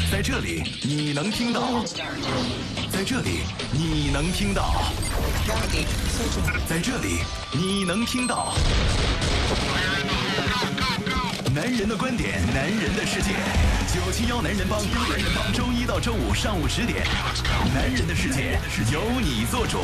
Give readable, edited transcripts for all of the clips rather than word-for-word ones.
在这里你能听到，在这里你能听到，在这里你能听到。男人的观点，男人的世界，971男人帮，周一到周五上午10点，男人的世界由你做主。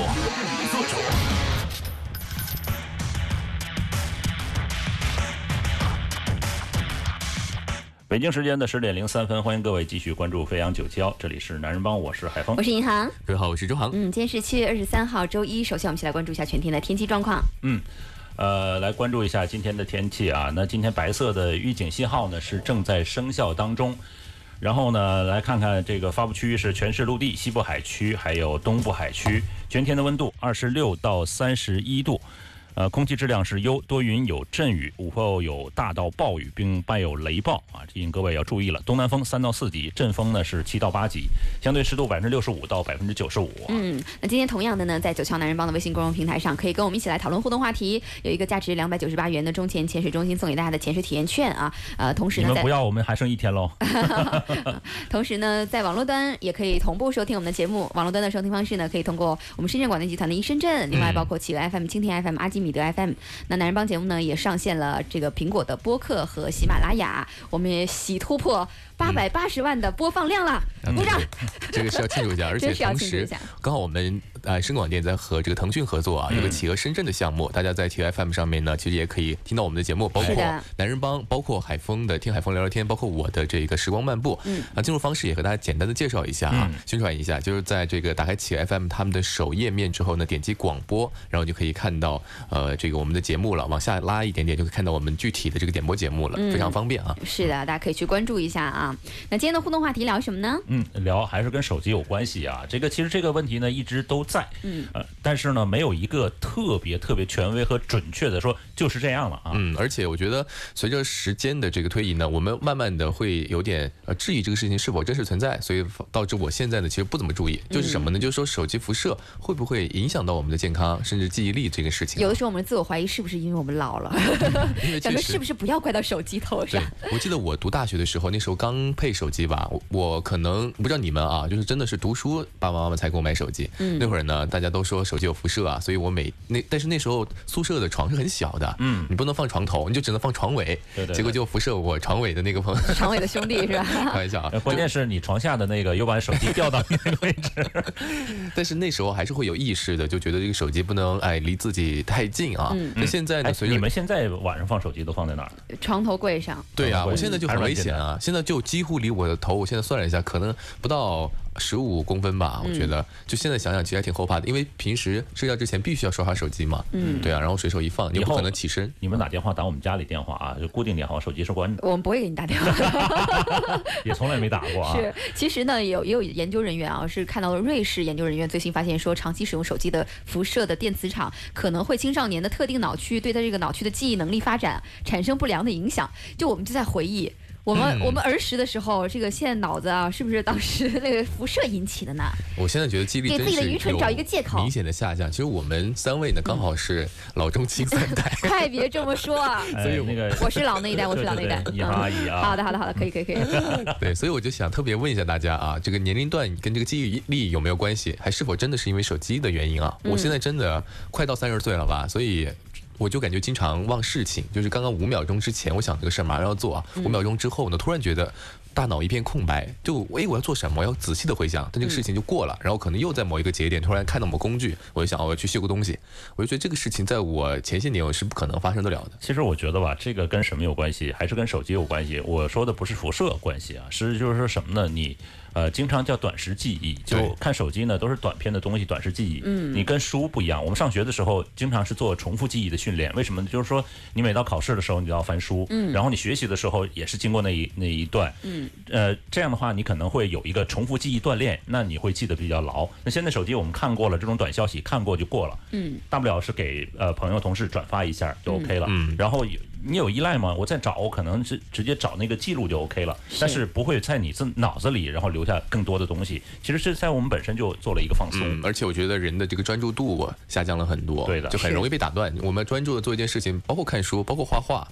北京时间的10点03分，欢迎各位继续关注飞扬971，这里是男人帮，我是海峰， 我是银行。 各位好，我是周航。 今天是7月23号周一，首先我们一起来关注一下全天的天气状况。 来关注一下今天的天气啊。那今天白色的预警信号呢是正在生效当中。然后呢，来看看这个发布区域是全市陆地、西部海区还有东部海区，全天的温度26到31度。空气质量是优，多云有阵雨，午后有大到暴雨，并伴有雷暴啊，提醒各位要注意了。东南风3到4级，阵风呢是7到8级，相对湿度65%到95%。 那今天同样的呢，在971男人帮的微信公众平台上，可以跟我们一起来讨论互动话题，有一个价值298元的中潜潜水中心送给大家的潜水体验券啊。同时呢， 你们不要，我们还剩1天喽。 同时呢，在网络端也可以同步收听我们的节目。网络端的收听方式呢，可以通过我们深圳广电集团的深圳，另外包括企鹅 FM、蜻蜓 FM、阿基米德 FM。那男人帮节目呢也上线了这个苹果的播客和喜马拉雅，我们也喜突破880万的播放量了，鼓掌！ 这个是要庆祝一下，而且同时刚好我们深广电在和这个腾讯合作啊，有个企鹅深圳的项目，大家在 TFM 上面呢，其实也可以听到我们的节目，包括男人帮，包括海峰的听海峰聊聊天，包括我的这个时光漫步。进入方式也和大家简单的介绍一下啊，宣传一下，就是在这个打开企鹅 FM 他们的首页面之后呢，点击广播，然后就可以看到这个我们的节目了，往下拉一点点就可以看到我们具体的这个点播节目了，非常方便啊。 是的，大家可以去关注一下啊。那今天的互动话题聊什么呢？ 聊还是跟手机有关系啊。其实这个问题呢一直都在，但是呢没有一个特别权威和准确的说就是这样了啊。 而且我觉得随着时间的这个推移呢，我们慢慢的会有点质疑这个事情是否真实存在，所以导致我现在呢其实不怎么注意，就是什么呢？就是说手机辐射会不会影响到我们的健康，甚至记忆力这个事情。 有的时候我们自我怀疑是不是因为我们老了，想说是不是不要怪到手机头上。 对，我记得我读大学的时候，那时候刚配手机吧，我可能不知道你们啊，就是真的是读书爸爸妈妈才给我买手机。那会儿呢，大家都说手机有辐射啊，所以我但是那时候宿舍的床是很小的，你不能放床头，你就只能放床尾，结果就辐射我床尾的那个朋友， 床尾的兄弟是吧？ 开玩笑啊， 关键是你床下的那个又把手机掉到你那个位置。 但是那时候还是会有意识的，就觉得这个手机不能离自己太近啊。那现在呢，随着你们现在晚上放手机都放在哪儿？ 床头柜上。 对啊，我现在就很危险啊，现在就几乎离我的头，我现在算了一下，可能不到15公分吧，我觉得就现在想想其实还挺后怕的，因为平时睡觉之前必须要刷刷手机嘛，对啊，然后随手一放，你不可能起身。 你们打电话打我们家里电话啊，就固定电话，手机是关的。 我们不会给你打电话， 也从来没打过啊。 是，其实呢，也有研究人员啊，是看到了瑞士研究人员最新发现说，长期使用手机的辐射的电磁场可能会青少年的特定脑区对他这个脑区的记忆能力发展产生不良的影响。就我们就在回忆。我们儿时的时候，这个现在脑子啊，是不是当时那个辐射引起的呢？ 我现在觉得记忆力给自己的愚蠢找一个借口， 明显的下降。其实我们3位呢，刚好是老中青3代。 快别这么说啊！ 所以那个我是老那一代，我是老那一代。 你阿姨啊。 好的，可以。 对，所以我就想特别问一下大家啊，这个年龄段跟这个记忆力有没有关系？还是否真的是因为手机的原因啊？我现在真的快到30岁了吧，所以。我就感觉经常忘事情，就是刚刚5秒钟之前我想这个事儿马上要做啊，5秒钟之后呢，突然觉得大脑一片空白，就我要做什么，我要仔细的回想，但这个事情就过了，然后可能又在某一个节点突然看到某工具，我就想我要去修个东西，我就觉得这个事情在我前些年我是不可能发生得了的。 其实我觉得吧，这个跟什么有关系，还是跟手机有关系。我说的不是辐射关系啊，就是说什么呢？你经常叫短时记忆，就看手机呢都是短篇的东西，短时记忆。你跟书不一样，我们上学的时候经常是做重复记忆的训练。为什么？就是说你每到考试的时候你就要翻书，然后你学习的时候也是经过那一段，这样的话你可能会有一个重复记忆锻炼，那你会记得比较牢。那现在手机我们看过了，这种短消息看过就过了，大不了是给朋友同事转发一下就 OK 了，然后。你有依赖吗？我再找，我可能是直接找那个记录就 OK 了，但是不会在你脑子里然后留下更多的东西。其实是在我们本身就做了一个放松， 而且我觉得人的这个专注度下降了很多， 对的， 就很容易被打断。我们专注的做一件事情，包括看书，包括画画。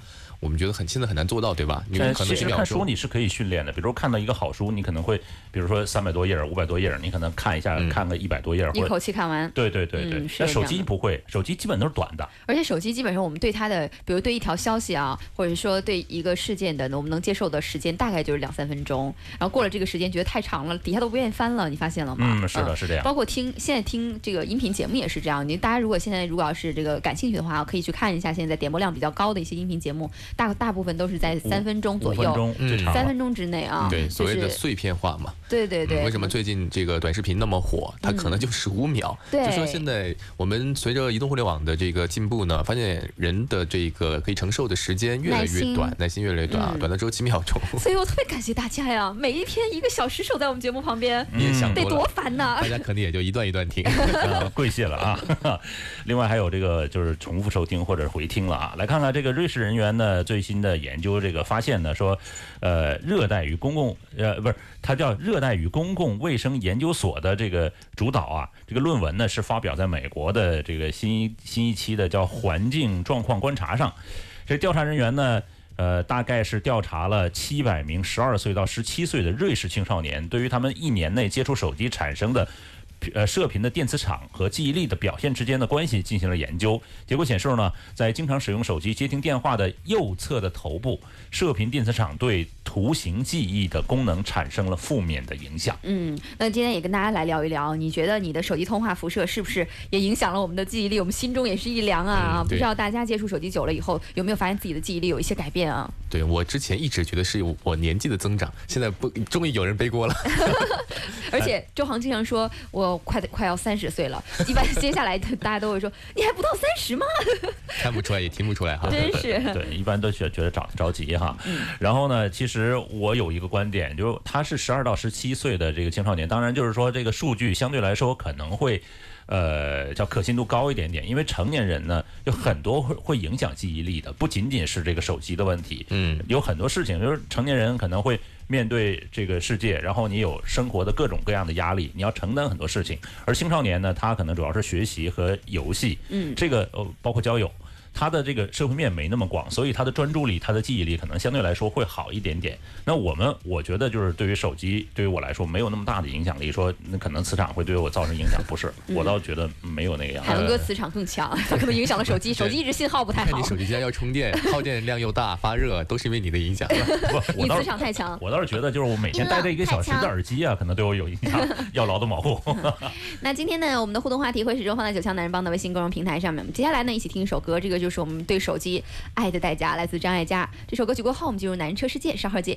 我们觉得现在很难做到，对吧？你可能其实看书 1秒钟。 你是可以训练的，比如说看到一个好书，你可能会，比如说300多页、500多页，你可能看一下，看个100多页， 一口气看完。 对。但手是这样的机不会，手机基本都是短的。 而且手机基本上我们对它的，比如对一条消息啊，或者说对一个事件的，我们能接受的时间大概就是2-3分钟，然后过了这个时间觉得太长了，底下都不愿意翻了，你发现了吗？ 是的，是这样。 包括现在听这个音频节目也是这样。大家如果要是这个感兴趣的话，可以去看一下现在点播量比较高的一些音频节目，大部分都是在3分钟左右 ，5分钟最长了 3分钟之内啊。 对，所谓的碎片化嘛。 对。 为什么最近这个短视频那么火？它可能就15秒。 对。 就说现在我们随着移动互联网的这个进步呢，发现人的这个可以承受的时间越来越短，耐心越来越短啊，短的只有几秒钟。 所以我特别感谢大家呀，每一天1个小时守在我们节目旁边， 你也想多了， 得多烦呐！ 大家可能也就一段一段听， 跪谢了啊。另外还有这个就是重复收听或者回听了啊。来看看这个瑞士人员呢最新的研究这个发现呢，说热带与公共它叫热带与公共卫生研究所的这个主导啊，这个论文呢是发表在美国的这个新一期的叫环境状况观察上。这调查人员呢大概是调查了700名12岁到17岁的瑞士青少年，对于他们1年内接触手机产生的射频的电磁场和记忆力的表现之间的关系进行了研究。结果显示呢，在经常使用手机接听电话的右侧的头部，射频电磁场对图形记忆的功能产生了负面的影响。 那今天也跟大家来聊一聊，你觉得你的手机通话辐射是不是也影响了我们的记忆力？我们心中也是一凉啊！不知道大家接触手机久了以后，有没有发现自己的记忆力有一些改变啊？对， 我之前一直觉得是我年纪的增长，现在终于有人背锅了。 而且周航经常说，我快要30岁了，一般接下来大家都会说，你还不到30吗？ 看不出来也听不出来哈， 真是。 对，一般都觉得着急哈。然后呢，其实我有一个观点，就是他是12到17岁的这个青少年，当然就是说这个数据相对来说可能会。叫可信度高一点点，因为成年人呢有很多会影响记忆力的，不仅仅是这个手机的问题，有很多事情，就是成年人可能会面对这个世界，然后你有生活的各种各样的压力，你要承担很多事情，而青少年呢，他可能主要是学习和游戏，这个包括交友。他的这个社会面没那么广，所以他的专注力、他的记忆力可能相对来说会好一点点。那我觉得就是对于手机，对于我来说没有那么大的影响力，说那可能磁场会对我造成影响，不是，我倒觉得没有那个样子。 海伦哥磁场更强，他可能影响了手机，手机一直信号不太好。 你手机现在要充电，耗电量又大，发热，都是因为你的影响。 你磁场太强。 我倒是觉得就是我每天戴这1个小时的耳机啊，可能对我有影响，要劳动保护。 那今天呢，我们的互动话题会始终放在9强男人帮的微信公众平台上面。接下来呢，一起听一首歌，这个就是我们对手机爱的代价，来自张艾嘉。这首歌曲过后，我们进入男人车世界，稍后见。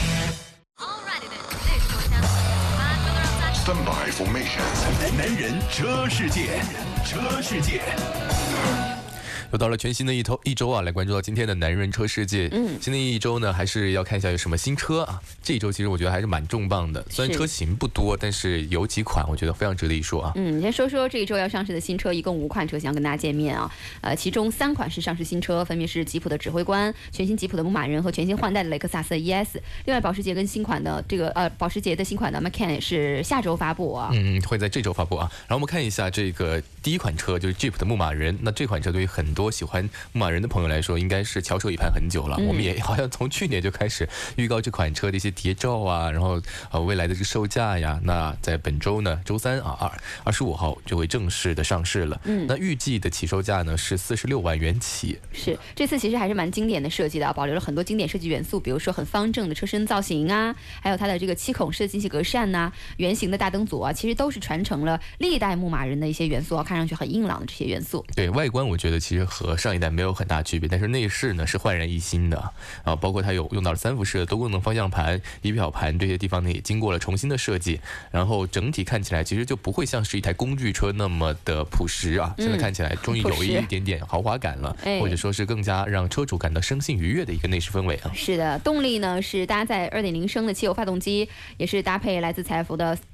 Stand by formation， 男人车世界，车世界。 又到了全新的一周啊，来关注到今天的男人车世界。新的一周呢，还是要看一下有什么新车啊。这一周其实我觉得还是蛮重磅的，虽然车型不多，但是有几款我觉得非常值得一说啊。 先说说这一周要上市的新车，一共5款车型要跟大家见面啊。其中3款是上市新车，分别是吉普的指挥官、全新吉普的牧马人和全新换代的雷克萨斯 ES。另外，保时捷跟新款的保时捷的新款的 Macan 是下周发布啊。 会在这周发布啊。然后我们看一下这个第一款车，就是 Jeep 的牧马人。那这款车对于很多喜欢牧马人的朋友来说，应该是翘首以盼很久了。我们也好像从去年就开始预告这款车的一些谍照啊，然后未来的这个售价呀。那在本周呢，周3啊，25号就会正式的上市了。那预计的起售价呢是46万元起。 是，这次其实还是蛮经典的设计的啊，保留了很多经典设计元素，比如说很方正的车身造型啊，还有它的这个7孔式的进气格栅呐，圆形的大灯组啊，其实都是传承了历代牧马人的一些元素啊，看上去很硬朗的这些元素。 对外观，我觉得其实和上一代没有很大区别，但是内饰呢是焕然一新的啊，包括它有用到了3辐式的多功能方向盘、仪表盘这些地方呢也经过了重新的设计，然后整体看起来其实就不会像是一台工具车那么的朴实啊，现在看起来终于有一点点豪华感了，或者说是更加让车主感到生性愉悦的一个内饰氛围啊。 是的，动力呢是搭载2.0升的汽油发动机，也是搭配来自采孚的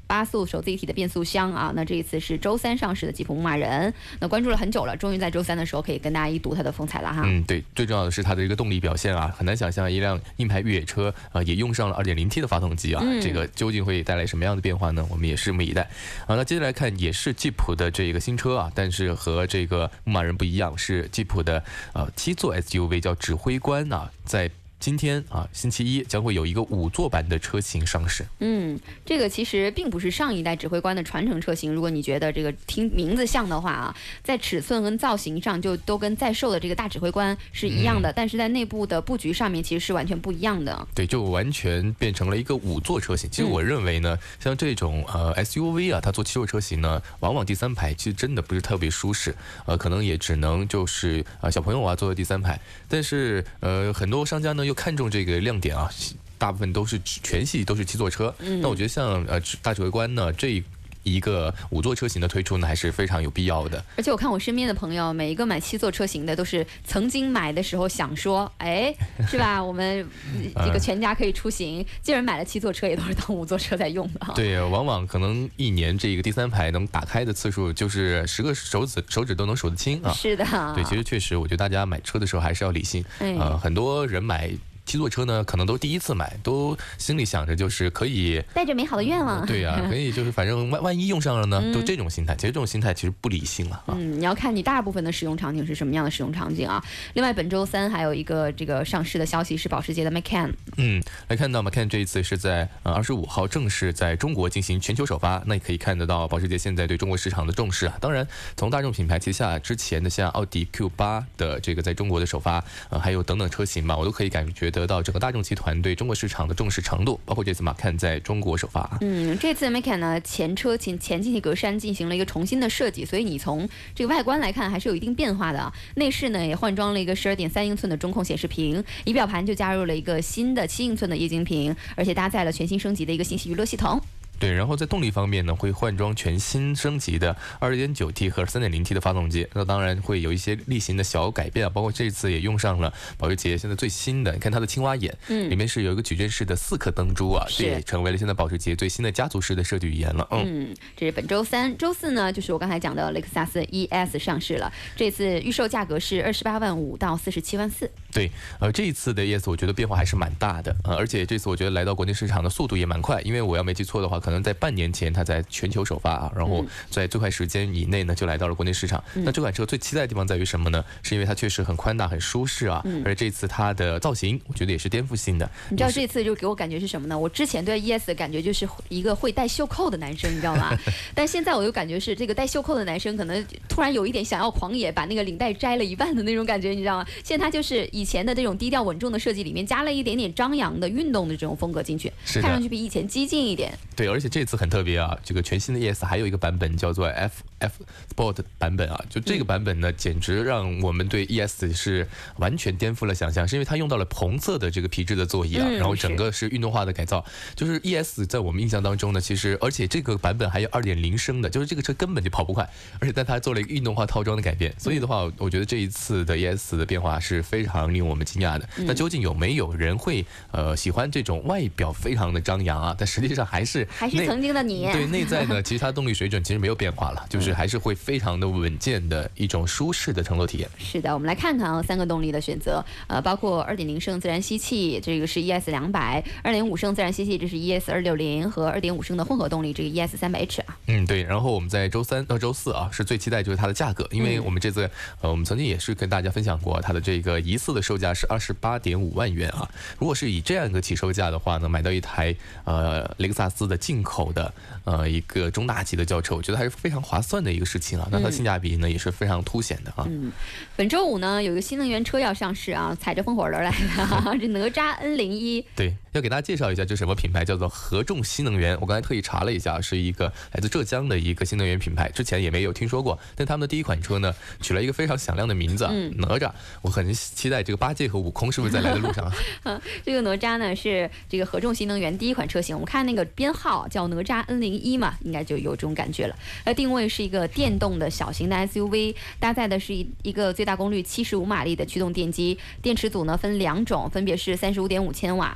8速手自一体的变速箱啊。那这一次是周3上市的吉普牧马人，那关注了很久了，终于在周3的时候可以跟大家一睹它的风采了哈。 对，最重要的是它的一个动力表现啊，很难想象一辆硬派越野车也用上了 2.0T 的发动机啊，这个究竟会带来什么样的变化呢？我们也拭目以待啊。那接下来看也是吉普的这个新车啊，但是和这个牧马人不一样，是吉普的7座 SUV 叫指挥官啊，在今天啊，星期一将会有一个5座版的车型上市。 这个其实并不是上一代指挥官的传承车型。如果你觉得这个听名字像的话啊，在尺寸跟造型上就都跟在售的这个大指挥官是一样的，但是在内部的布局上面其实是完全不一样的。对， 就完全变成了一个5座车型。其实我认为呢，像这种SUV 啊，它做7座车型呢，往往第3排其实真的不是特别舒适，可能也只能就是小朋友啊坐在第3排。但是很多商家呢又看重这个亮点啊，大部分都是全系都是7座车。那我觉得像大指挥官呢这一个5座车型的推出呢，还是非常有必要的。 而且我看我身边的朋友，每一个买7座车型的，都是曾经买的时候想说，是吧？我们这个全家可以出行，既然买了7座车，也都是当5座车在用的。 对，往往可能一年这个第3排能打开的次数，就是10个手指都能数得清啊。 是的。 对，其实确实，我觉得大家买车的时候还是要理性。很多人买7座车呢，可能都第一次买，都心里想着就是可以带着美好的愿望。 对呀，可以就是反正万一用上了呢，都这种心态。其实这种心态其实不理性了啊。 你要看你大部分的使用场景是什么样的使用场景啊。另外，本周3还有一个这个上市的消息是保时捷的 Macan。 来看到 Macan 这一次是在25号正式在中国进行全球首发。那也可以看得到保时捷现在对中国市场的重视啊。当然，从大众品牌旗下之前的像奥迪 Q8 的这个在中国的首发，还有等等车型吧，我都可以感觉得到整个大众集团对中国市场的重视程度，包括这次Macan在中国首发。 这次 Macan 呢前进气格栅进行了一个重新的设计，所以你从这个外观来看还是有一定变化的。内饰呢也换装了一个12.3英寸的中控显示屏，仪表盘就加入了一个新的7英寸的液晶屏，而且搭载了全新升级的一个信息娱乐系统。 对，然后在动力方面呢，会换装全新升级的 2.9T 和 3.0T 的发动机。那当然会有一些例行的小改变啊，包括这次也用上了保时捷现在最新的，你看它的青蛙眼，里面是有一个矩阵式的4颗灯珠啊，这也成为了现在保时捷最新的家族式的设计语言了。 这是本周3，周4呢就是我刚才讲的雷克萨斯 ES 上市了，这次预售价格是28.5万到47.4万。 对，这一次的 ES 我觉得变化还是蛮大的，而且这次我觉得来到国内市场的速度也蛮快，因为我要没记错的话，可能在半年前它在全球首发啊，然后在最快时间以内呢就来到了国内市场。那这款车最期待的地方在于什么呢？是因为它确实很宽大很舒适啊，而且这次它的造型我觉得也是颠覆性的。 你知道这次就给我感觉是什么呢？我之前对 ES 的感觉就是一个会戴袖扣的男生，你知道吗？但现在我就感觉是这个戴袖扣的男生可能突然有一点想要狂野，把那个领带摘了一半的那种感觉，你知道吗？现在它就是以前的这种低调稳重的设计里面加了一点点张扬的运动的这种风格进去，看上去比以前激进一点。 对，而且这次很特别啊，这个全新的 ES 还有一个版本叫做 FF Sport 版本啊，就这个版本呢，简直让我们对 ES 是完全颠覆了想象，是因为它用到了红色的这个皮质的座椅啊，然后整个是运动化的改造。就是 ES 在我们印象当中呢，其实而且这个版本还有2.0升的，就是这个车根本就跑不快，而且但它做了一个运动化套装的改变，所以的话，我觉得这一次的 ES 的变化是非常令我们惊讶的。那究竟有没有人会喜欢这种外表非常的张扬啊，但实际上还是曾经的你？ 对，内在呢，其实它动力水准其实没有变化了，就是还是会非常的稳健的一种舒适的乘坐体验。 是的，我们来看看3个动力的选择，包括2.0升自然吸气，这个是 ES200；2.5升自然吸气，这是 ES260和2.5升的混合动力，这个 ES300H 啊。 对，然后我们在周3到周4啊，是最期待就是它的价格，因为我们这次我们曾经也是跟大家分享过它的这个疑似的售价是28.5万元啊。如果是以这样一个起售价的话呢，买到一台雷克萨斯的进口的一个中大级的轿车，我觉得还是非常划算的一个事情啊。那它性价比呢也是非常凸显的啊。 本周5呢有一个新能源车要上市啊，踩着风火轮来的这哪吒 N01。 对，要给大家介绍一下这什么品牌，叫做合众新能源。我刚才特意查了一下，是一个来自浙江的一个新能源品牌，之前也没有听说过。但他们的第一款车呢取了一个非常响亮的名字哪吒。我很期待这个八戒和悟空是不是在来的路上这个哪吒呢是这个合众新能源第一款车型，我们看那个编号叫哪吒 N01嘛，应该就有这种感觉了。定位是一个电动的小型的 SUV， 搭载的是一个最大功率75马力的驱动电机，电池组呢分2种，分别是35.5千瓦啊，是宁德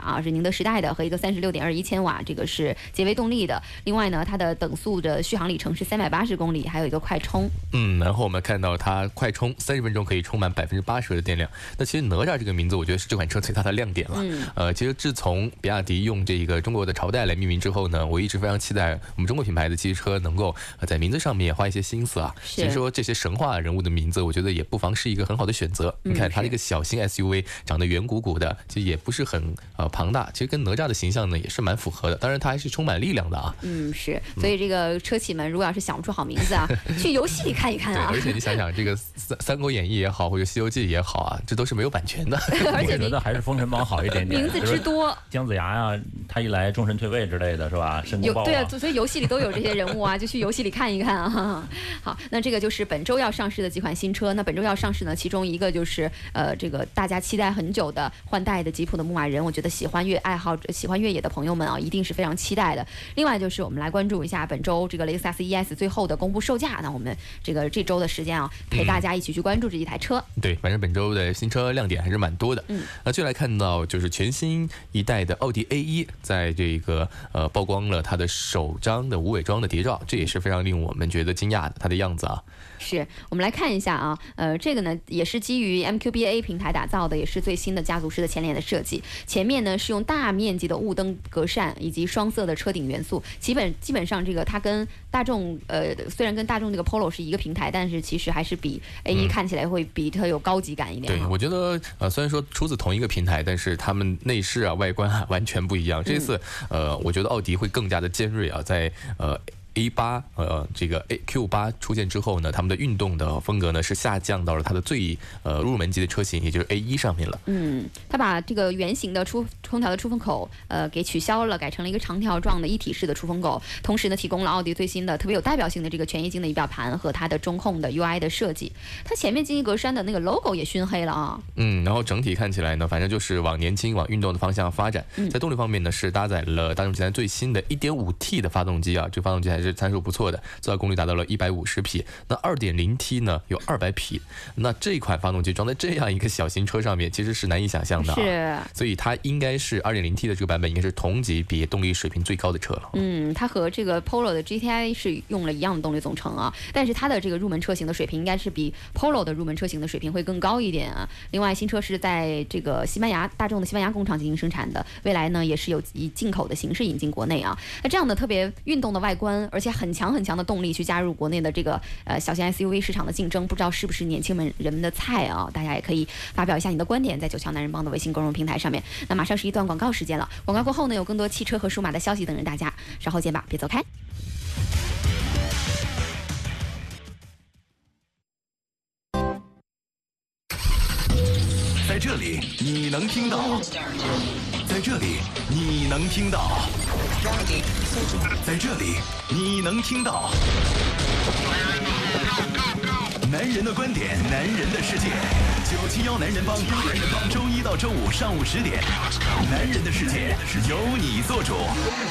的时代的和一个36.21千瓦，这个是节微动力的。另外呢，它的等速的续航里程是380公里，还有一个快充。 然后我们看到它快充30分钟可以充满80%的电量。那其实哪吒这个名字，我觉得是这款车最大的亮点了。其实自从比亚迪用这个中国的朝代来命名之后呢，我一直非常期待我们中国品牌的汽车能够在名字上面花一些心思啊。其实说这些神话人物的名字，我觉得也不妨是一个很好的选择。你看它这个小型 SUV 长得圆鼓鼓的，其实也不是很庞大，其实跟哪吒的形象呢也是蛮符合的。当然它还是充满力量的啊。 是，所以这个车企们如果要是想不出好名字啊，去游戏里看一看啊。 对，而且你想想，这个三国演义也好，或者西游记也好啊，这都是没有版权的。 而且我觉得还是封神榜好一点点， 名字之多， 姜子牙呀，他一来终身退位之类的是吧？申公豹对啊，所以游戏里都有这些人物啊，就去游戏里看一看啊。好，那这个就是本周要上市的几款新车。那本周要上市呢，其中一个就是这个大家期待很久的换代的吉普的牧马人，我觉得喜欢越野的朋友们啊，一定是非常期待的。另外就是我们来关注一下本周这个雷克萨斯 ES 最后的公布售价。那我们这周的时间啊，陪大家一起去关注这一台车。 对，反正本周的新车亮点还是蛮多的。那就来看到就是全新一代的奥迪 A1，在这个曝光了它的首张的无伪装的谍照，这也是非常令我们觉得惊讶的，它的样子啊。 是我们来看一下啊，这个呢也是基于 MQB-A 平台打造的，也是最新的家族式的前脸的设计。前面呢是用大面积的雾灯格栅以及双色的车顶元素，基本上这个它跟大众虽然跟大众这个 Polo 是一个平台，但是其实还是比 A1 看起来会比它有高级感一点。 对，我觉得虽然说出自同一个平台，但是它们内饰啊、外观啊完全不一样。这次我觉得奥迪会更加的尖锐啊，在A8 这个 Q8 出现之后呢，他们的运动的风格呢是下降到了它的最入门级的车型，也就是 A1 上面了。 它把这个圆形的空调的出风口给取消了，改成了一个长条状的一体式的出风口，同时呢提供了奥迪最新的特别有代表性的这个全液晶的仪表盘和它的中控的 UI 的设计。它前面进气格栅的那个 logo 也熏黑了啊。 然后整体看起来呢，反正就是往年轻、往运动的方向发展。在动力方面呢，是搭载了大众集团最新的 1.5T 的发动机啊，这个发动机还是参数不错的，最大功率达到了150匹。那 2.0T 呢有200匹，那这款发动机装在这样一个小型车上面，其实是难以想象的啊。所以它应该是 2.0T 的这个版本应该是同级别动力水平最高的车了。 它和这个 Polo 的 GTI 是用了一样的动力总成啊，但是它的这个入门车型的水平应该是比 Polo 的入门车型的水平会更高一点啊。另外，新车是在这个大众的西班牙工厂进行生产的，未来呢也是有以进口的形式引进国内啊。那这样的特别运动的外观，而且很强的动力去加入国内的这个小型 SUV 市场的竞争，不知道是不是年轻人们的菜啊？大家也可以发表一下你的观点，在九强男人帮的微信公众平台上面。那马上是一段广告时间了，广告过后呢，有更多汽车和数码的消息等着大家，稍后见吧，别走开。 在这里你能听到，在这里你能听到，在这里你能听到。男人的观点，男人的世界，971男人帮，周一到周五上午10点，男人的世界由你做主。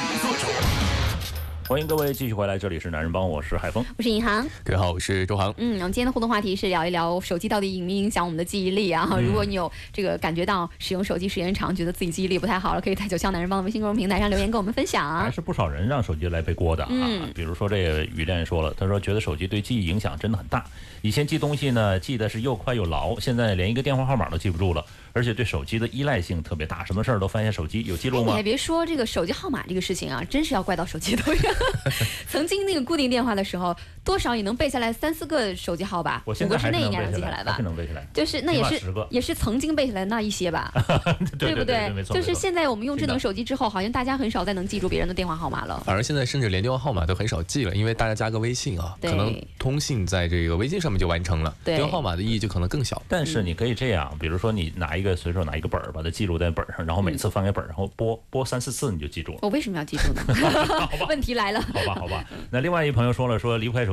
欢迎各位继续回来，这里是男人帮，我是海峰， 我是银行。 各位好，我是周航。 我们今天的互动话题是聊一聊手机到底影响我们的记忆力啊。如果你有这个感觉到使用手机时间长，觉得自己记忆力不太好了，可以在971男人帮的微信公众平台上留言跟我们分享。 还是不少人让手机来背锅的啊。比如说这个雨恋说了，他说觉得手机对记忆影响真的很大。以前记东西呢，记得是又快又牢，现在连一个电话号码都记不住了，而且对手机的依赖性特别大，什么事儿都翻一下手机，有记录吗？ 你还别说，这个手机号码这个事情啊，真是要怪到手机头上。曾经那个固定电话的时候，多少也能背下来3-4个手机号吧， 我现在还那一年能记下来吧？ 是能背下来， 就是那也是曾经背下来那一些吧， 对不对？ 没错。 就是现在我们用智能手机之后，好像大家很少再能记住别人的电话号码了。 反而现在甚至连电话号码都很少记了，因为大家加个微信啊，可能通信在这个微信上面就完成了，电话号码的意义就可能更小。 但是你可以这样，比如说你随手拿一个本儿，把它记录在本上，然后每次翻开本，然后播3-4次你就记住了。 我为什么要记住呢？问题来了。 好吧。那另外一朋友说了，说离不开手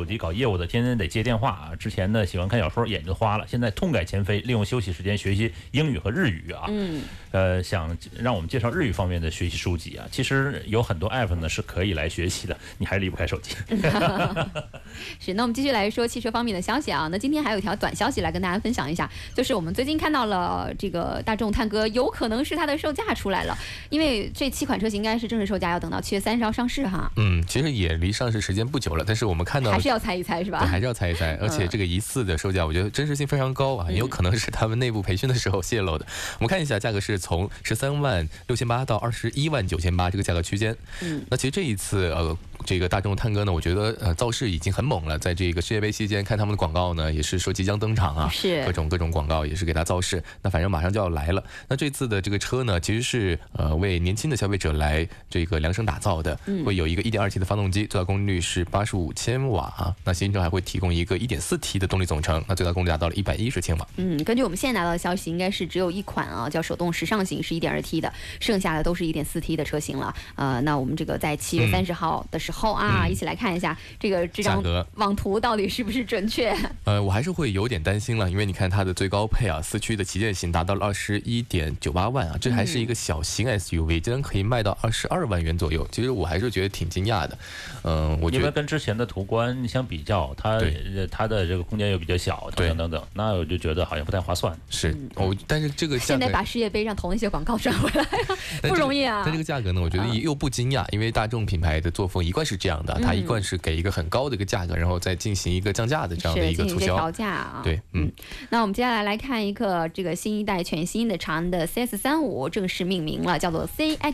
机搞业务的，天天得接电话啊。之前呢喜欢看小说，眼睛花了，现在痛改前非，利用休息时间学习英语和日语啊。想让我们介绍日语方面的学习书籍啊。其实有很多 app 呢是可以来学习的，你还离不开手机。 是，那我们继续来说汽车方面的消息啊。那今天还有一条短消息来跟大家分享一下，就是我们最近看到了这个大众探歌有可能是它的售价出来了，因为这7款车型应该是正式售价要等到7月30号上市哈。 其实也离上市时间不久了，但是我们看到还是要猜一猜是吧？ 对，还是要猜一猜，而且这个疑似的售价，我觉得真实性非常高啊，也有可能是他们内部培训的时候泄露的。我们看一下价格是从13.68万到21.98万这个价格区间。那其实这一次这个大众探歌呢，我觉得造势已经很猛了，在这个世界杯期间看他们的广告呢，也是说即将登场啊， 是各种广告也是给它造势。那反正马上就要来了。那这次的这个车呢，其实是为年轻的消费者来这个量身打造的，会有一个 1.2T 的发动机，最大功率是85千瓦。那新车还会提供一个 1.4T 的动力总成，那最大功率达到了110千瓦。 根据我们现在拿到的消息，应该是只有一款啊，叫手动时尚型是 1.2T 的，剩下的都是 1.4T 的车型了。那我们这个在7月30号的时候啊，一起来看一下这张网图到底是不是准确。 我还是会有点担心了，因为你看它的最高配啊，4驱的旗舰型达到了21.98万啊，这还是一个小型 SUV，竟然可以卖到22万元左右。其实我还是觉得挺惊讶的。我觉得因为跟之前的途观相比较，它的这个空间又比较小，等等，那我就觉得好像不太划算。 是但是这个现在把世界杯上投那些广告赚回来不容易啊。 但这个价格呢，我觉得又不惊讶，因为大众品牌的作风一贯是这样的，它一贯是给一个很高的一个价格，然后再进行一个降价的这样的一个促销调价啊。 对， 那我们接下来看一个这个新一代全新的长安的 CS35 正式命名了，叫做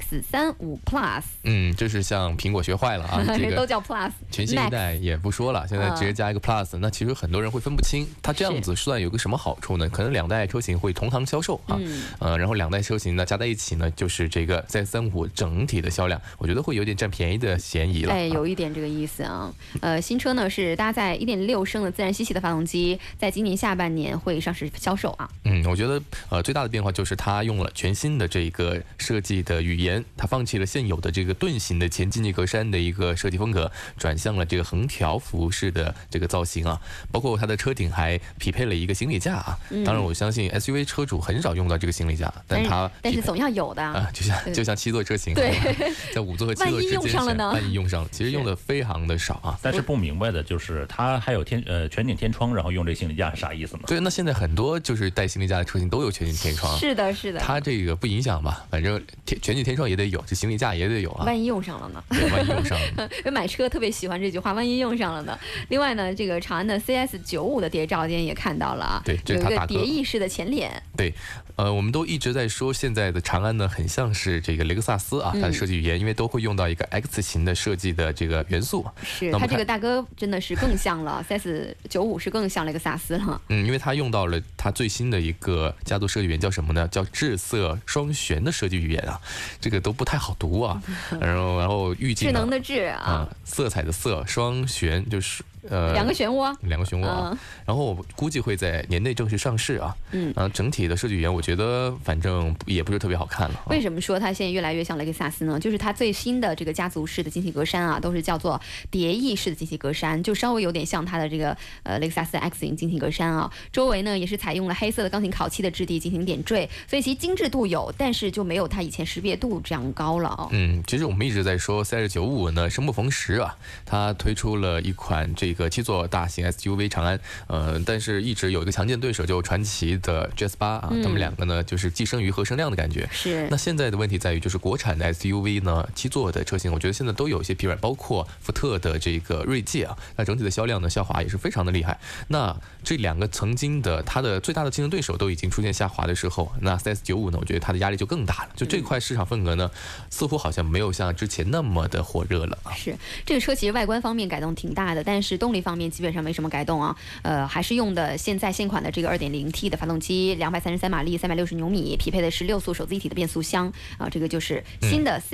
CX35 Plus。 这是向苹果学坏了啊，这个都叫 Plus。 全新一代也不说了，现在直接加一个 Plus，那其实很多人会分不清，它这样子算有个什么好处呢？可能2代车型会同堂销售啊，然后2代车型呢加在一起呢，就是这个 CX35 整体的销量，我觉得会有点占便宜的嫌疑了。 有一点这个意思啊。新车呢是搭载1.6升的自然吸气的发动机，在今年下半年会上市销售啊。 我觉得最大的变化就是它用了全新的这个设计的语言，它放弃了现有的这个盾形的前进气格栅的一个设计风格，转向了这个横条幅式的这个造型啊。包括它的车顶还匹配了一个行李架啊。当然我相信 SUV 车主很少用到这个行李架，但是总要有的啊。 就像7座车型， 对， 在5座和7座之间，万一用上了，其实用的非常的少啊。 但是不明白的就是它还有全景天窗，然后用这个行李架是啥意思呢？ 对，那现在很多就是带行李架的车型都有全景天窗。 是的， 它这个不影响吧？反正全景天窗也得有，这行李架也得有啊。 万一用上了呢？ 对，万一用上了。 买车特别喜欢这句话，万一用上了呢？另外呢，这个长安的 CS95 的谍照今天也看到了啊， 对， 有一个蝶翼式的前脸。 对，我们都一直在说现在的长安呢，很像是这个雷克萨斯啊，它的设计语言，因为都会用到一个 X 型的设计的这个元素。 是，它这个大哥真的是更像了CS95是更像雷克萨斯了。 因为它用到了它最新的一个家族设计语言，叫什么呢？叫智色双旋的设计语言啊，这个都不太好读啊。然后预计智能的智啊， 色彩的色，双旋就是两个漩涡， 然后我估计会在年内正式上市啊。整体的设计语言我觉得反正也不是特别好看了。 为什么说它现在越来越像雷克萨斯呢？就是它最新的这个家族式的进气格栅啊，都是叫做蝶翼式的进气格栅，就稍微有点像它的这个雷克萨斯 X 型进气格栅啊。周围呢也是采用了黑色的钢琴烤漆的质地进行点缀，所以其精致度有，但是就没有它以前识别度这样高了哦。 其实我们一直在说CS95呢生不逢时啊，它推出了一款这个7座大型 SUV 长安，但是一直有一个强劲对手，就传祺的 GS8啊，他们两个呢就是既生瑜何生亮的感觉。 是。 那现在的问题在于，就是国产的 SUV 呢，7座的车型，我觉得现在都有一些疲软，包括福特的这个锐界啊，那整体的销量呢下滑也是非常的厉害。那这两个曾经的它的最大的竞争对手都已经出现下滑的时候，那 CS95呢，我觉得它的压力就更大了。就这块市场份额呢，似乎好像没有像之前那么的火热了啊。 是，这个车其实外观方面改动挺大的，但是动力方面基本上没什么改动啊。还是用的现款的这个 2.0T 的发动机，233马力，360牛米，匹配的是6速手自一体的变速箱啊。这个就是新的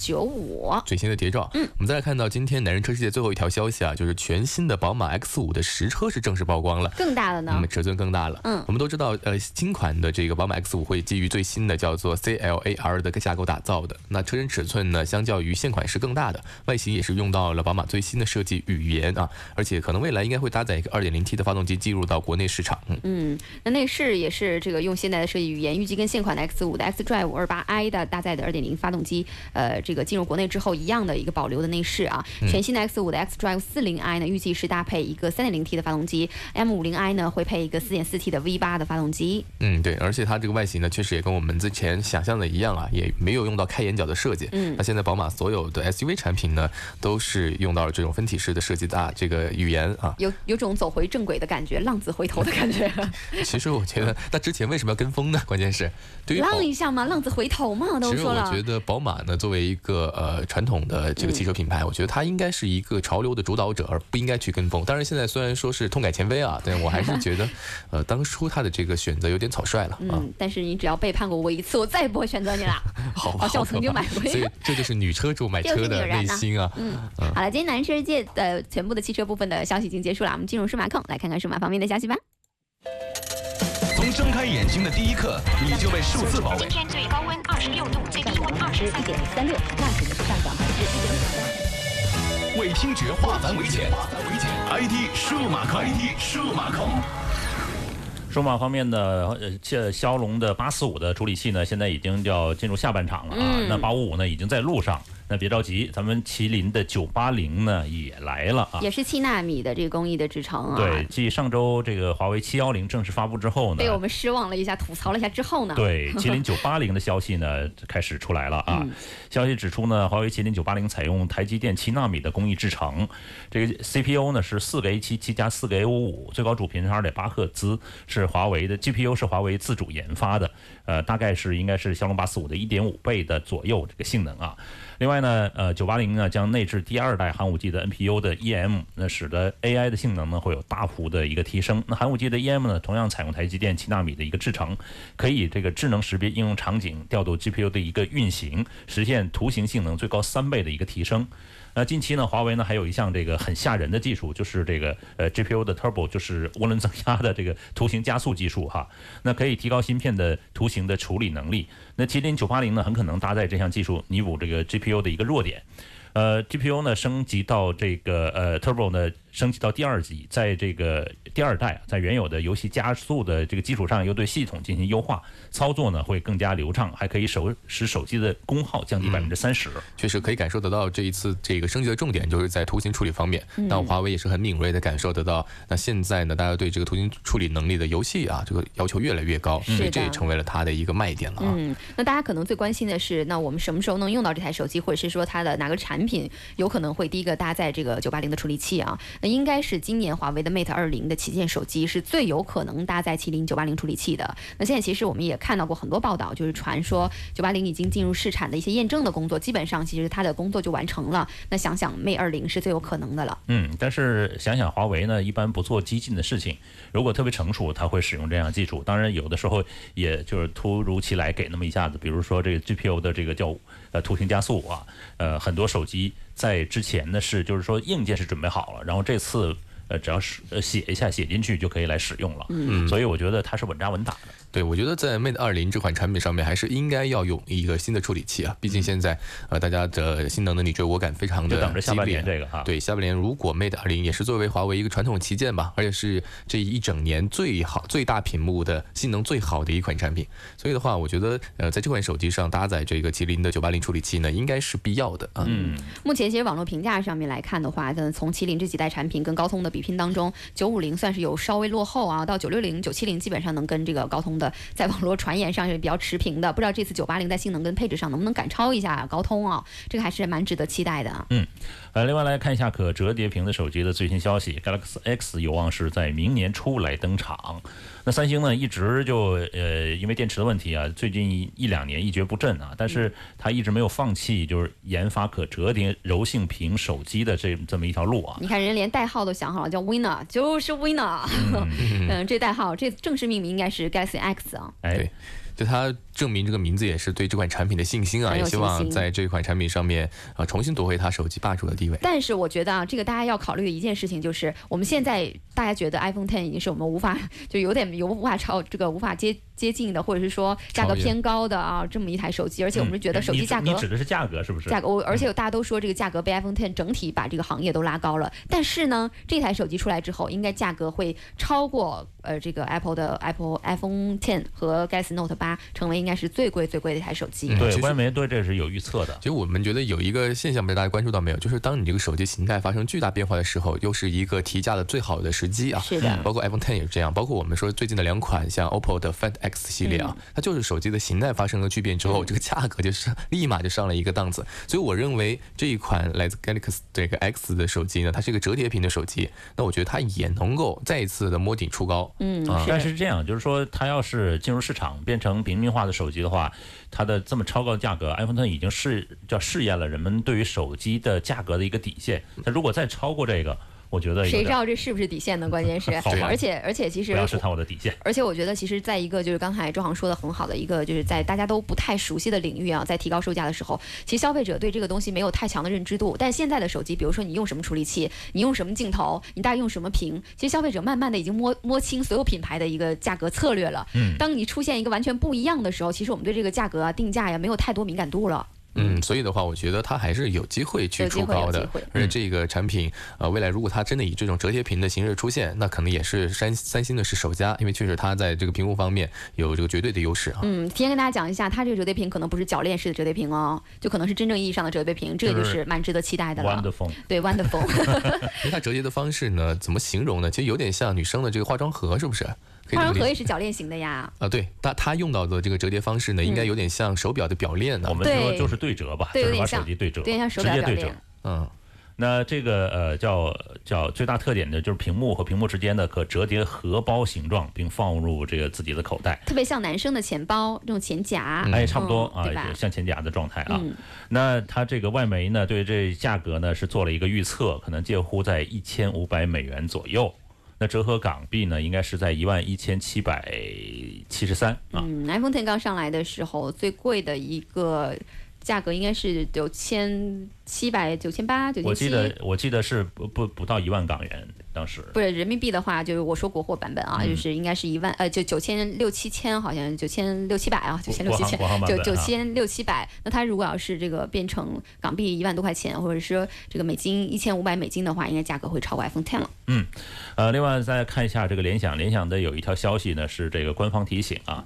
CS95 最新的谍照。我们再来看到今天男人车世界最后一条消息啊，就是全新的宝马 X5 的实车是正式曝光了， 更大了呢， 尺寸更大了。我们都知道，新款的这个宝马 X5 会基于最新的叫做 CLAR 的架构打造的。那车身尺寸呢，相较于现款是更大的，外形也是用到了宝马最新的设计语言啊，而而且可能未来应该会搭载一个 2.0T 的发动机进入到国内市场。 那内饰也是这个用现代的设计语言，预计跟现款的 X5的 xDrive 28i 的搭载的2.0发动机，这个进入国内之后一样的一个保留的内饰啊。全新的 X5的 xDrive 40i 呢，预计是搭配一个3.0T 的发动机 ，M50i 呢会配一个4.4T的 V8的发动机。 对，而且它这个外形呢，确实也跟我们之前想象的一样啊，也没有用到开眼角的设计。那现在宝马所有的 SUV 产品呢，都是用到了这种分体式的设计这个语言啊， 有种走回正轨的感觉，浪子回头的感觉。 其实我觉得，那之前为什么要跟风呢？关键是对于浪一下嘛，浪子回头嘛，都说了。 其实我觉得宝马呢，作为一个传统的这个汽车品牌，我觉得它应该是一个潮流的主导者，而不应该去跟风。当然，现在虽然说是痛改前非啊，但我还是觉得，当初它的这个选择有点草率了啊。 但是你只要背叛过我一次，我再也不会选择你了。好像我曾经买过。 所以这就是女车主买车的内心啊。 好了，今天男车界的全部的汽车部分的消息已经结束了，我们进入数码控，来看看数码方面的消息吧。 从睁开眼睛的第一刻，你就被数字包围。 今天最高温26度，最低温21.36， 那指的是上涨1.53%。 为听觉化繁为简，IT 数码控。 数码方面的骁龙的845的处理器呢，现在已经要进入下半场了啊。那855呢已经在路上。那别着急，咱们麒麟的980呢也来了啊， 也是7纳米的这个工艺的制成啊。 对，继上周这个华为710正式发布之后呢， 被我们失望了一下，吐槽了一下之后呢， 对，麒麟980的消息呢开始出来了啊。消息指出呢，华为麒麟980采用台积电7纳米的工艺制成，这个 CPU 呢是4个 A77加4个 A55，最高主频是2.8赫兹，是华为的 GPU 是华为自主研发的，大概是应该是骁龙845的1.5倍的左右这个性能啊。另外呢，980呢将内置第2代寒武纪的 NPU 的 EM， 那使得 AI 的性能呢会有大幅的一个提升。那寒武纪的 EM 呢，同样采用台积电7纳米的一个制程，可以这个智能识别应用场景调度 GPU 的一个运行，实现图形性能最高3倍的一个提升。近期呢，华为呢还有一项这个很吓人的技术，就是这个GPU 的 Turbo， 就是涡轮增压的这个图形加速技术哈。那可以提高芯片的图形的处理能力。那麒麟980呢，很可能搭载这项技术，弥补这个 GPU 的一个弱点。GPU 呢升级到这个Turbo 呢升级到第2级，在这个第2代，在原有的游戏加速的这个基础上，又对系统进行优化，操作呢会更加流畅，还可以使手机的功耗降低30%。 确实可以感受得到，这一次这个升级的重点就是在图形处理方面。那华为也是很敏锐的感受得到，那现在呢，大家对这个图形处理能力的游戏啊，这个要求越来越高，所以这也成为了它的一个卖点了啊。 那大家可能最关心的是，那我们什么时候能用到这台手机，或者是说它的哪个产品有可能会第一个搭载这个980的处理器啊？那应该是今年华为的 Mate 20的旗舰手机是最有可能搭载麒麟980处理器的。那现在其实我们也看到过很多报道，就是传说980已经进入市场的一些验证的工作，基本上其实它的工作就完成了。那想想 Mate 20是最有可能的了。 但是想想华为呢，一般不做激进的事情，如果特别成熟，它会使用这样技术。当然有的时候也就是突如其来给那么一下子，比如说这个 GPU 的这个叫图形加速啊，很多手机在之前呢是就是说硬件是准备好了，然后这次只要是写一下写进去就可以来使用了。所以我觉得它是稳扎稳打的。 对，我觉得在 Mate 20这款产品上面还是应该要用一个新的处理器啊，毕竟现在大家的性能的你追我赶非常的激烈。 就等着下半年这个哈。 对，下半年如果 Mate 20也是作为华为一个传统旗舰吧，而且是这一整年最大屏幕的性能最好的一款产品，所以的话，我觉得在这款手机上搭载这个麒麟的980处理器呢，应该是必要的啊。 目前其实网络评价上面来看的话，从麒麟这几代产品跟高通的比拼当中，950算是有稍微落后啊，到960、970基本上能跟这个高通的在网络传言上是比较持平的。不知道这次980在性能跟配置上能不能赶超一下高通啊？这个还是蛮值得期待的。 另外来看一下可折叠屏的手机的最新消息 ，Galaxy X 有望是在明年初来登场。那三星呢，一直就因为电池的问题啊，最近1、2年一蹶不振啊，但是它一直没有放弃，就是研发可折叠柔性屏手机的这么一条路啊。 你看人连代号都想好了，叫 Winner， 就是 Winner。这代号这正式命名应该是 Galaxy X 啊。 对。就它证明这个名字也是对这款产品的信心啊，也希望在这款产品上面重新夺回它手机霸主的地位。 但是我觉得啊，这个大家要考虑的一件事情就是，我们现在大家觉得 iPhone X 已经是我们无法无法接近的，或者是说价格偏高的啊这么一台手机，而且我们是觉得手机价格， 你指的是价格是不是？ 价格，而且大家都说这个价格被 iPhone X 整体把这个行业都拉高了。但是呢，这台手机出来之后，应该价格会超过这个 iPhone X 和 Galaxy Note 8，成为应该是最贵的一台手机。 对，官媒对这是有预测的。 其实我们觉得有一个现象，不知道大家关注到没有，就是当你这个手机形态发生巨大变化的时候，又是一个提价的最好的时机啊。 是的， 包括 iPhone X 也是这样，包括我们说最近的2款像 OPPO 的 Find X 系列啊，它就是手机的形态发生了巨变之后，这个价格就是立马就上了一个档次。所以我认为这一款来自 Galaxy 这个 X 的手机呢，它是一个折叠屏的手机，那我觉得它也能够再一次的摸顶出高。 但是这样，就是说它要是进入市场变成平民化的手机的话，它的这么超高的价格 ，iPhone X 已经试验了人们对于手机的价格的一个底线。它如果再超过这个，我觉得谁知道这是不是底线呢？关键是，而且其实不要试探我的底线。 而且我觉得，其实在一个就是刚才周航说的很好的一个，就是在大家都不太熟悉的领域啊，在提高售价的时候，其实消费者对这个东西没有太强的认知度。但现在的手机，比如说你用什么处理器，你用什么镜头，你大概用什么屏，其实消费者慢慢的已经摸清所有品牌的一个价格策略了。当你出现一个完全不一样的时候，其实我们对这个价格啊、定价呀没有太多敏感度了。 所以的话，我觉得它还是有机会去出高的，而且这个产品，未来如果它真的以这种折叠屏的形式出现，那可能也是三星的是首家，因为确实它在这个屏幕方面有这个绝对的优势啊。 提前跟大家讲一下，它这个折叠屏可能不是铰链式的折叠屏哦，就可能是真正意义上的折叠屏，这个就是蛮值得期待的了。 Wonderful， 对 ，Wonderful。 因为它折叠的方式呢，怎么形容呢？其实有点像女生的这个化妆盒，是不是？ 化妆盒也是铰链型的呀。 对，它用到的这个折叠方式呢，应该有点像手表的表链呢。 我们说就是对折吧，就是把手机对折， 对，像手表表链。 那这个叫最大特点的就是屏幕和屏幕之间的可折叠荷包形状，并放入这个自己的口袋， 特别像男生的钱包这种钱夹， 差不多啊，像钱夹的状态啊。那它这个外媒呢，对这价格呢是做了一个预测，可能介乎在$1500美左右。那折合港币呢，应该是在11773啊。 iPhone X 刚上来的时候，最贵的一个价格应该是9700、9800、9700。 我记得是不到1万港元，当时不是人民币的话，就是我说国货版本啊，就是应该是1万就9600、7000，好像9600-700啊，9600。那它如果要是这个变成港币1万多块钱，或者是这个美金$1500的话，应该价格会超过 iPhone X 了。 另外再看一下这个联想的有一条消息呢，是这个官方提醒啊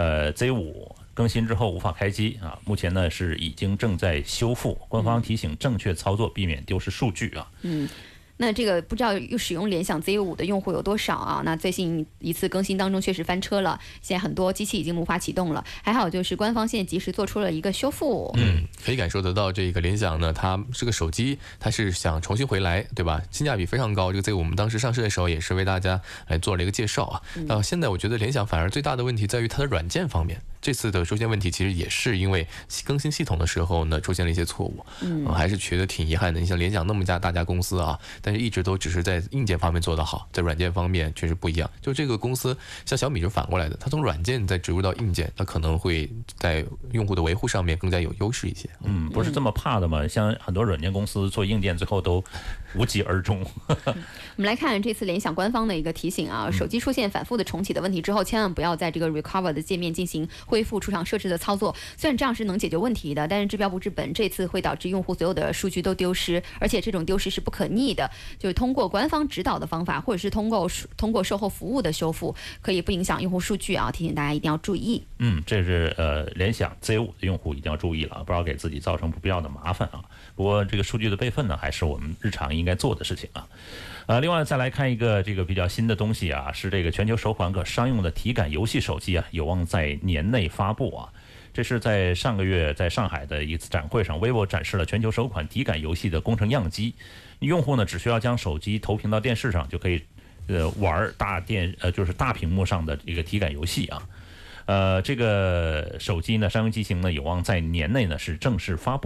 ，Z5更新之后无法开机啊，目前呢是已经正在修复，官方提醒正确操作，避免丢失数据啊。 那这个不知道又使用联想 Z5 的用户有多少啊？那最新一次更新当中确实翻车了，现在很多机器已经无法启动了。还好就是官方现在及时做出了一个修复。 可以感受得到这个联想呢，它这个手机它是想重新回来，对吧？性价比非常高。这个 Z5 我们当时上市的时候也是为大家来做了一个介绍啊。现在我觉得联想反而最大的问题在于它的软件方面。这次的出现问题其实也是因为更新系统的时候呢出现了一些错误，还是觉得挺遗憾的。你像联想那么大家公司啊，但是一直都只是在硬件方面做得好，在软件方面确实不一样。就这个公司像小米就反过来的，它从软件再植入到硬件，它可能会在用户的维护上面更加有优势一些。 不是这么怕的嘛？像很多软件公司做硬件最后都无疾而终。 我们来看这次联想官方的一个提醒啊，手机出现反复的重启的问题之后，千万不要在这个 recover 的界面进行恢复出厂设置的操作。虽然这样是能解决问题的，但是治标不治本，这次会导致用户所有的数据都丢失，而且这种丢失是不可逆的。就是通过官方指导的方法，或者是通过售后服务的修复，可以不影响用户数据啊。提醒大家一定要注意。 这是联想 Z5 的用户一定要注意了，不要给自己造成不必要的麻烦啊。不过这个数据的备份呢，还是我们日常应该做的事情啊。另外再来看一个这个比较新的东西啊，是这个全球首款可商用的体感游戏手机啊，有望在年内发布啊。这是在上个月在上海的一次展会上 ，vivo 展示了全球首款体感游戏的工程样机。用户呢只需要将手机投屏到电视上，就可以玩就是大屏幕上的一个体感游戏啊。这个手机呢，商用机型呢有望在年内呢是正式发布。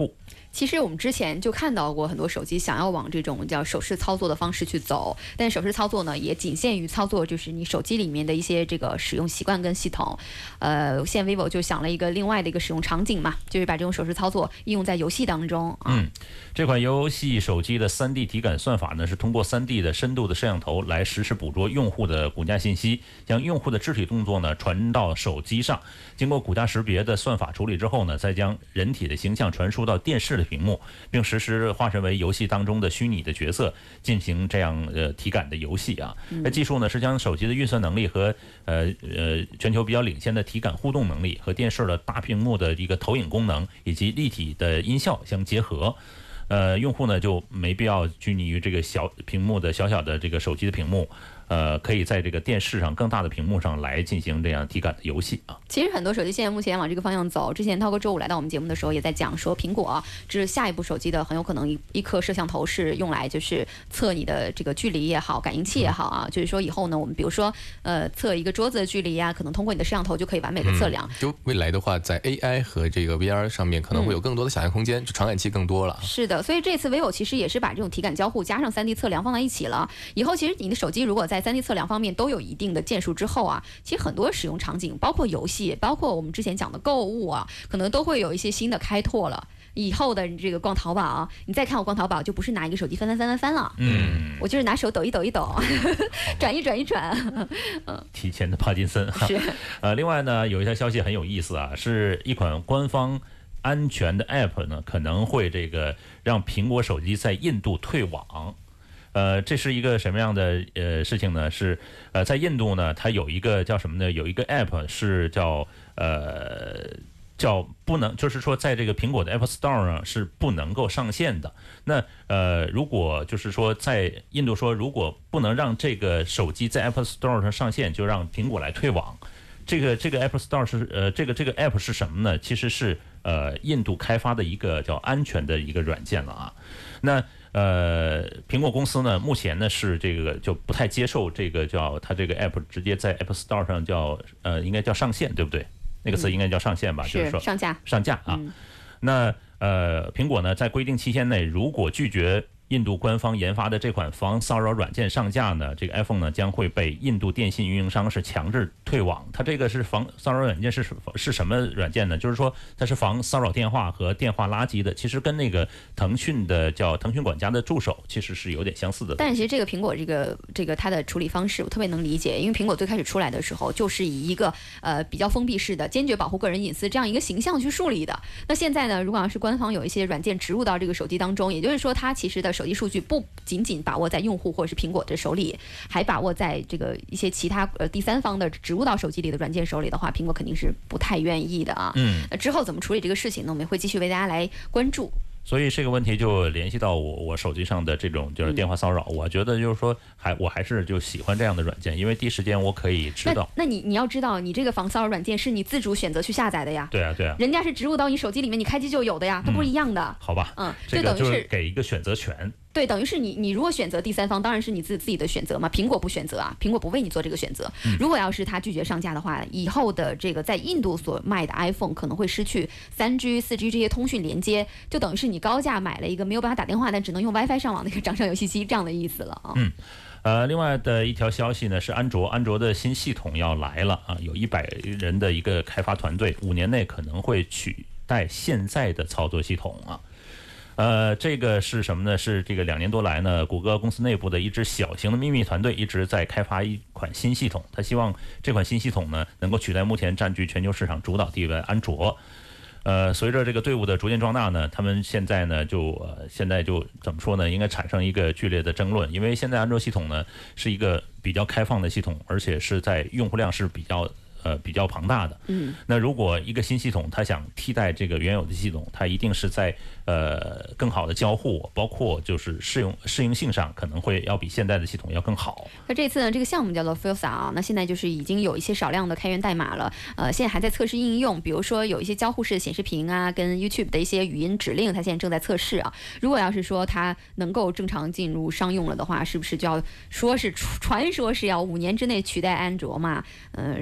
其实我们之前就看到过很多手机想要往这种叫手势操作的方式去走，但手势操作呢也仅限于操作就是你手机里面的一些这个使用习惯跟系统。现在 vivo 就想了一个另外的一个使用场景嘛，就是把这种手势操作应用在游戏当中啊。 这款游戏手机的3D 体感算法呢，是通过3D 的深度的摄像头来实时捕捉用户的骨架信息，将用户的肢体动作呢传到手机上，经过骨架识别的算法处理之后呢，再将人体的形象传输到电视的屏幕，并实时化身为游戏当中的虚拟的角色，进行这样体感的游戏啊。这技术呢是将手机的运算能力和全球比较领先的体感互动能力和电视的大屏幕的一个投影功能以及立体的音效相结合。用户呢就没必要拘泥于这个小屏幕的小小的这个手机的屏幕，可以在这个电视上更大的屏幕上来进行这样体感的游戏啊。 其实很多手机现在目前往这个方向走。之前涛哥周五来到我们节目的时候也在讲说，苹果这是下一部手机的很有可能一颗摄像头是用来就是测你的这个距离也好，感应器也好啊。就是说以后呢，我们比如说测一个桌子的距离啊，可能通过你的摄像头就可以完美的测量。 就未来的话，在 AI 和这个 VR 上面可能会有更多的想象空间，就传感器更多了。 是的，所以这次 vivo 其实也是把这种体感交互加上3D 测量放在一起了。以后其实你的手机如果在3D 测量方面都有一定的建树之后啊，其实很多使用场景，包括游戏，包括我们之前讲的购物啊，可能都会有一些新的开拓了。以后的这个逛淘宝啊，你再看我逛淘宝，就不是拿一个手机翻了，我就是拿手抖一抖，转一转， 提前的帕金森哈。 是。 另外呢，有一条消息很有意思啊，是一款官方安全的 App 呢，可能会这个让苹果手机在印度退网。这是一个什么样的事情呢？是在印度呢，它有一个叫什么呢？有一个 App 是叫不能，就是说在这个苹果的 App Store 上是不能够上线的。那如果就是说在印度说，如果不能让这个手机在 App Store 上上线，就让苹果来退网。这个 App Store 是这个 App 是什么呢？其实是印度开发的一个叫安全的一个软件了啊。那苹果公司呢，目前呢是这个就不太接受这个叫它这个 App 直接在 App Store 上叫应该叫上线，对不对？那个词应该叫上线吧，就是说上架啊。那苹果呢在规定期限内，如果拒绝印度官方研发的这款防骚扰软件上架呢，这个 iPhone 呢将会被印度电信运营商是强制退网。它这个是防骚扰软件是什么软件呢？就是说它是防骚扰电话和电话垃圾的，其实跟那个腾讯的叫腾讯管家的助手其实是有点相似的。 但是其实这个苹果这个它的处理方式我特别能理解，因为苹果最开始出来的时候就是以一个比较封闭式的坚决保护个人隐私这样一个形象去树立的。那现在呢，如果要是官方有一些软件植入到这个手机当中，也就是说它其实的手机数据不仅仅把握在用户或者是苹果的手里，还把握在这个一些其他第三方的植入到手机里的软件手里的话，苹果肯定是不太愿意的啊。那之后怎么处理这个事情呢？我们会继续为大家来关注。 所以这个问题就联系到我手机上的这种就是电话骚扰，我觉得就是说我还是就喜欢这样的软件，因为第一时间我可以知道。 那你要知道，你这个防骚扰软件是你自主选择去下载的呀。 对啊， 人家是植入到你手机里面，你开机就有的呀，它不是一样的。 好吧， 这等于是给一个选择权。 对，等于是你如果选择第三方，当然是你自己的选择嘛。苹果不选择啊，苹果不为你做这个选择。如果要是他拒绝上架的话，以后的这个在印度所卖的 iPhone 可能会失去3G、4G 这些通讯连接，就等于是你高价买了一个没有办法打电话，但只能用 WiFi 上网的一个掌上游戏机这样的意思了啊。 另外的一条消息呢是安卓的新系统要来了啊，有100人的一个开发团队，5年内可能会取代现在的操作系统啊。这个是什么呢？是这个2年多来呢，谷歌公司内部的一支小型的秘密团队一直在开发一款新系统。他希望这款新系统呢，能够取代目前占据全球市场主导地位的安卓。随着这个队伍的逐渐壮大呢，他们现在就怎么说呢？应该产生一个剧烈的争论，因为现在安卓系统呢是一个比较开放的系统，而且是在用户量是比较庞大的。那如果一个新系统它想替代这个原有的系统，它一定是在更好的交互，包括就是适应性上可能会要比现在的系统要更好。 那这次呢，这个项目叫做 Filsa 啊，那现在就是已经有一些少量的开源代码了，现在还在测试应用，比如说有一些交互式的显示屏啊，跟 YouTube 的一些语音指令，它现在正在测试啊。如果要是说它能够正常进入商用了的话，是不是就要说是传说是要5年之内取代安卓嘛？这不好说。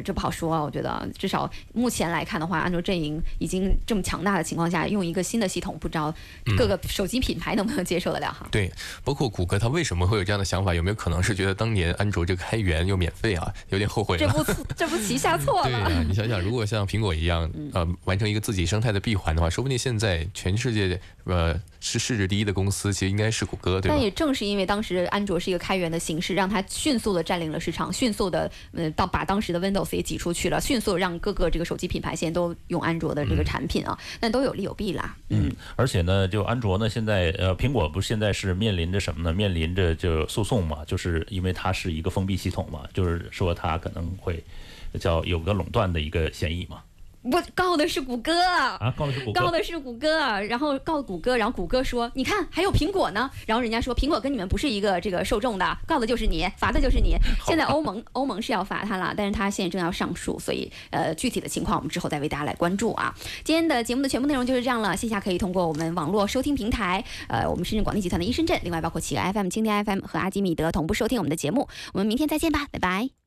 说，我觉得至少目前来看的话，安卓阵营已经这么强大的情况下，用一个新的系统，不知道各个手机品牌能不能接受得了哈？ 对，包括谷歌，它为什么会有这样的想法？有没有可能是觉得当年安卓这个开源又免费啊，有点后悔了？ 这步棋下错了。 对啊，你想想，如果像苹果一样，完成一个自己生态的闭环的话，说不定现在全世界是市值第一的公司，其实应该是谷歌，对吧？ 但也正是因为当时安卓是一个开源的形式，让它迅速的占领了市场，迅速的把当时的 Windows 也挤出去了，迅速让各个这个手机品牌现在都用安卓的这个产品啊，但都有利有弊啦。 而且呢，就安卓呢，现在苹果不是现在是面临着什么呢？面临着就诉讼嘛，就是因为它是一个封闭系统嘛，就是说它可能会有个垄断的一个嫌疑嘛。 我告的是谷歌啊，告的是谷歌， 告的是谷歌，然后告谷歌，然后谷歌说，你看还有苹果呢，然后人家说苹果跟你们不是一个这个受众的，告的就是你，罚的就是你。现在欧盟是要罚他了，但是他现在正要上诉，所以具体的情况我们之后再为大家来关注啊。今天的节目的全部内容就是这样了，线下可以通过我们网络收听平台，我们深圳广电集团的一深圳，另外包括企鹅 FM、蜻蜓 FM 和阿基米德同步收听我们的节目。我们明天再见吧，拜拜。